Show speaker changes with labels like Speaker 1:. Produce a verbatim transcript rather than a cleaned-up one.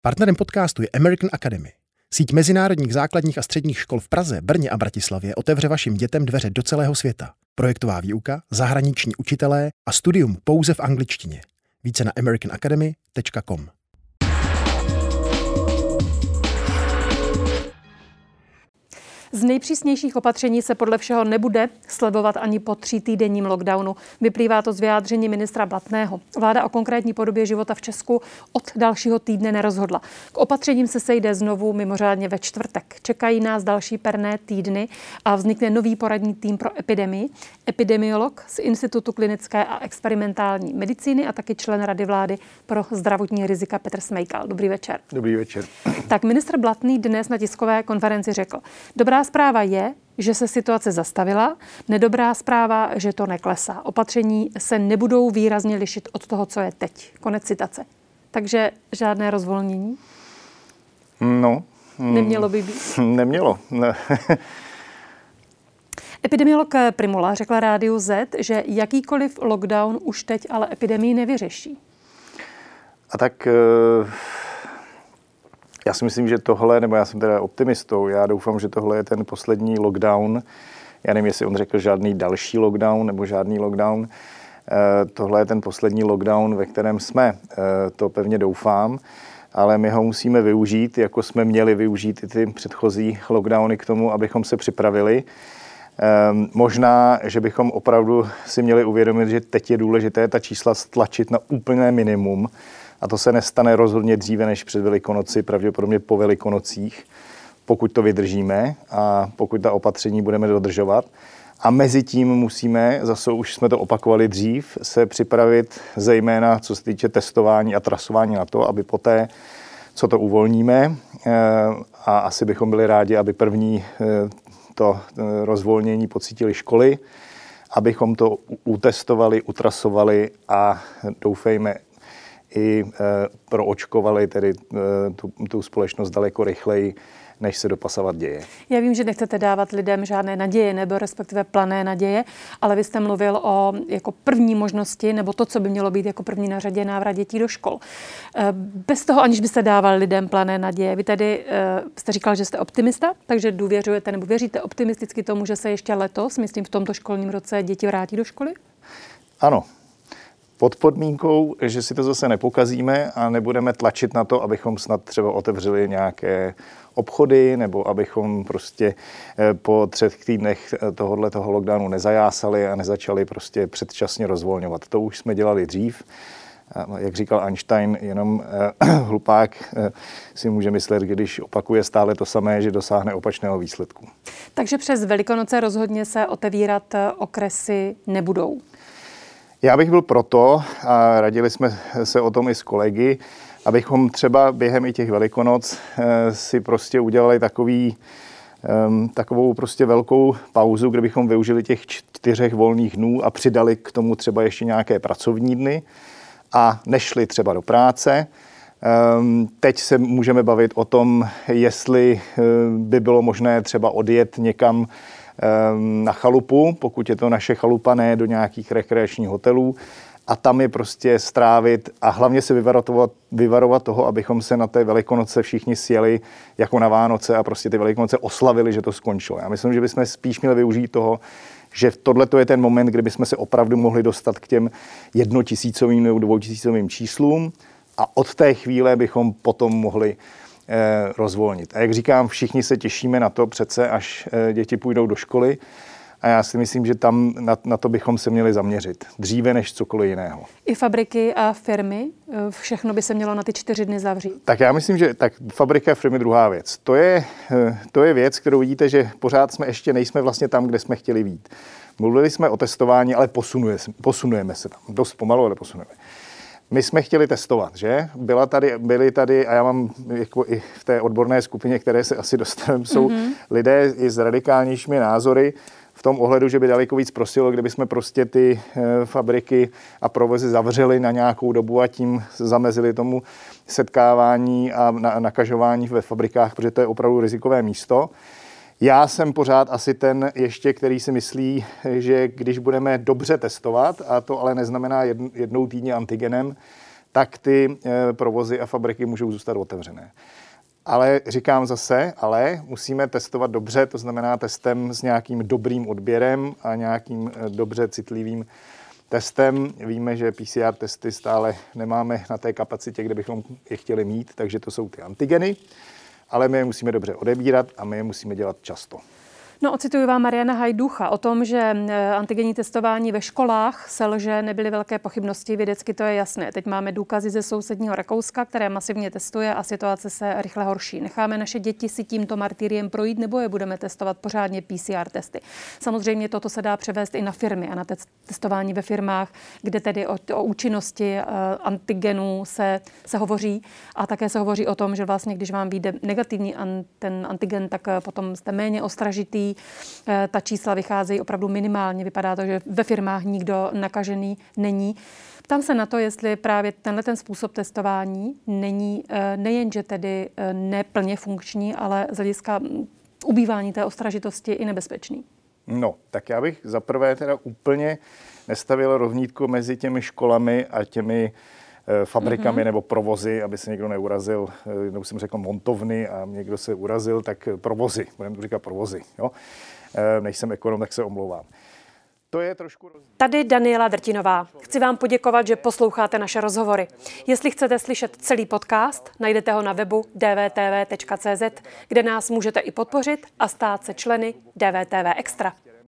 Speaker 1: Partnerem podcastu je American Academy. Síť mezinárodních základních a středních škol v Praze, Brně a Bratislavě otevře vašim dětem dveře do celého světa. Projektová výuka, zahraniční učitelé a studium pouze v angličtině. Více na american academy tečka com.
Speaker 2: Z nejpřísnějších opatření se podle všeho nebude slevovat ani po třítýdenním lockdownu. Vyplývá to z vyjádření ministra Blatného. Vláda o konkrétní podobě života v Česku od dalšího týdne nerozhodla. K opatřením se sejde znovu mimořádně ve čtvrtek. Čekají nás další perné týdny a vznikne nový poradní tým pro epidemii. Epidemiolog z Institutu klinické a experimentální medicíny a taky člen Rady vlády pro zdravotní rizika Petr Smejkal. Dobrý večer.
Speaker 3: Dobrý večer.
Speaker 2: Tak ministr Blatný dnes na tiskové konferenci řekl: Dobrá zpráva je, že se situace zastavila, nedobrá zpráva, že to neklesá. Opatření se nebudou výrazně lišit od toho, co je teď. Konec citace. Takže žádné rozvolnění?
Speaker 3: No.
Speaker 2: Nemělo by být?
Speaker 3: Nemělo. Ne.
Speaker 2: Epidemiolog Prymula řekla Rádiu Z, že jakýkoliv lockdown už teď ale epidemii nevyřeší.
Speaker 3: A tak... Já si myslím, že tohle, nebo já jsem teda optimistou, já doufám, že tohle je ten poslední lockdown. Já nevím, jestli on řekl žádný další lockdown nebo žádný lockdown. Tohle je ten poslední lockdown, ve kterém jsme. To pevně doufám, ale my ho musíme využít, jako jsme měli využít i ty předchozí lockdowny k tomu, abychom se připravili. Možná, že bychom opravdu si měli uvědomit, že teď je důležité ta čísla stlačit na úplné minimum. A to se nestane rozhodně dříve než před Velikonoci, pravděpodobně po Velikonocích, pokud to vydržíme a pokud ta opatření budeme dodržovat. A mezi tím musíme, zase už jsme to opakovali dřív, se připravit zejména co se týče testování a trasování na to, aby poté, co to uvolníme, a asi bychom byli rádi, aby první to rozvolnění pocítili školy, abychom to utestovali, utrasovali a doufejme, i proočkovali tedy tu, tu společnost daleko rychleji, než se dopasavat děje.
Speaker 2: Já vím, že nechcete dávat lidem žádné naděje nebo respektive plané naděje, ale vy jste mluvil o jako první možnosti nebo to, co by mělo být jako první na řadě, návrat dětí do škol. Bez toho, aniž byste dával lidem plané naděje. Vy tedy jste říkal, že jste optimista, takže důvěřujete nebo věříte optimisticky tomu, že se ještě letos, myslím v tomto školním roce, děti vrátí do školy?
Speaker 3: Ano. Pod podmínkou, že si to zase nepokazíme a nebudeme tlačit na to, abychom snad třeba otevřeli nějaké obchody nebo abychom prostě po třech týdnech tohohle toho lockdownu nezajásali a nezačali prostě předčasně rozvolňovat. To už jsme dělali dřív. Jak říkal Einstein, jenom hlupák si může myslet, když opakuje stále to samé, že dosáhne opačného výsledku.
Speaker 2: Takže přes Velikonoce rozhodně se otevírat okresy nebudou.
Speaker 3: Já bych byl proto, a radili jsme se o tom i s kolegy, abychom třeba během i těch Velikonoc si prostě udělali takový, takovou prostě velkou pauzu, kde bychom využili těch čtyřech volných dnů a přidali k tomu třeba ještě nějaké pracovní dny a nešli třeba do práce. Teď se můžeme bavit o tom, jestli by bylo možné třeba odjet někam na chalupu, pokud je to naše chalupa, ne do nějakých rekreačních hotelů, a tam je prostě strávit a hlavně se vyvarovat, vyvarovat toho, abychom se na té Velikonoce všichni sjeli jako na Vánoce a prostě ty Velikonoce oslavili, že to skončilo. Já myslím, že bychom spíš měli využít toho, že tohle to je ten moment, kdy bychom se opravdu mohli dostat k těm jednotisícovým nebo dvoutisícovým číslům a od té chvíle bychom potom mohli eh, rozvolnit. A jak říkám, všichni se těšíme na to přece, až eh, děti půjdou do školy. A já si myslím, že tam na, na to bychom se měli zaměřit. Dříve než cokoliv jiného.
Speaker 2: I fabriky a firmy, všechno by se mělo na ty čtyři dny zavřít?
Speaker 3: Tak já myslím, že tak fabrika a firmy druhá věc. To je, to je věc, kterou vidíte, že pořád jsme ještě nejsme vlastně tam, kde jsme chtěli být. Mluvili jsme o testování, ale posunuje, posunujeme se tam. Dost pomalu, ale posunujeme. My jsme chtěli testovat, že? Byla tady, byli tady, a já mám jako i v té odborné skupině, které se asi dostaneme, jsou mm-hmm. lidé i s radikálnějšími názory, v tom ohledu, že by daleko víc prosilo, kdyby jsme prostě ty e, fabriky a provozy zavřeli na nějakou dobu a tím zamezili tomu setkávání a na, nakažování ve fabrikách, protože to je opravdu rizikové místo. Já jsem pořád asi ten ještě, který si myslí, že když budeme dobře testovat, a to ale neznamená jednou týdně antigenem, tak ty provozy a fabriky můžou zůstat otevřené. Ale říkám zase, ale musíme testovat dobře, to znamená testem s nějakým dobrým odběrem a nějakým dobře citlivým testem. Víme, že P C R testy stále nemáme na té kapacitě, kde bychom je chtěli mít, takže to jsou ty antigeny, ale my je musíme dobře odebírat a my je musíme dělat často.
Speaker 2: No, ocituji vám Mariana Hajducha o tom, že antigenní testování ve školách selže, nebyly velké pochybnosti, vědecky to je jasné. Teď máme důkazy ze sousedního Rakouska, které masivně testuje a situace se rychle horší. Necháme naše děti si tímto martyriem projít, nebo je budeme testovat pořádně P C R testy? Samozřejmě toto se dá převést i na firmy a na testování ve firmách, kde tedy o, o účinnosti antigenů se, se hovoří a také se hovoří o tom, že vlastně, když vám vyjde negativní an, ten antigen, tak potom jste méně ostražitý. Ta čísla vycházejí opravdu minimálně. Vypadá to, že ve firmách nikdo nakažený není. Ptám se na to, jestli právě tenhle ten způsob testování není nejenže tedy neplně funkční, ale z hlediska ubývání té ostražitosti i nebezpečný.
Speaker 3: No, tak já bych zaprvé teda úplně nestavil rovnítko mezi těmi školami a těmi fabrikami mm-hmm. nebo provozy, aby se někdo neurazil, jednou jsem řekl montovny a někdo se urazil, tak provozy, budeme to říkat provozy. Jo? Nejsem ekonom, tak se omlouvám. To je trošku rozdíl.
Speaker 2: Tady Daniela Drtinová. Chci vám poděkovat, že posloucháte naše rozhovory. Jestli chcete slyšet celý podcast, najdete ho na webu d v t v tečka c z, kde nás můžete i podpořit a stát se členy D V T V Extra.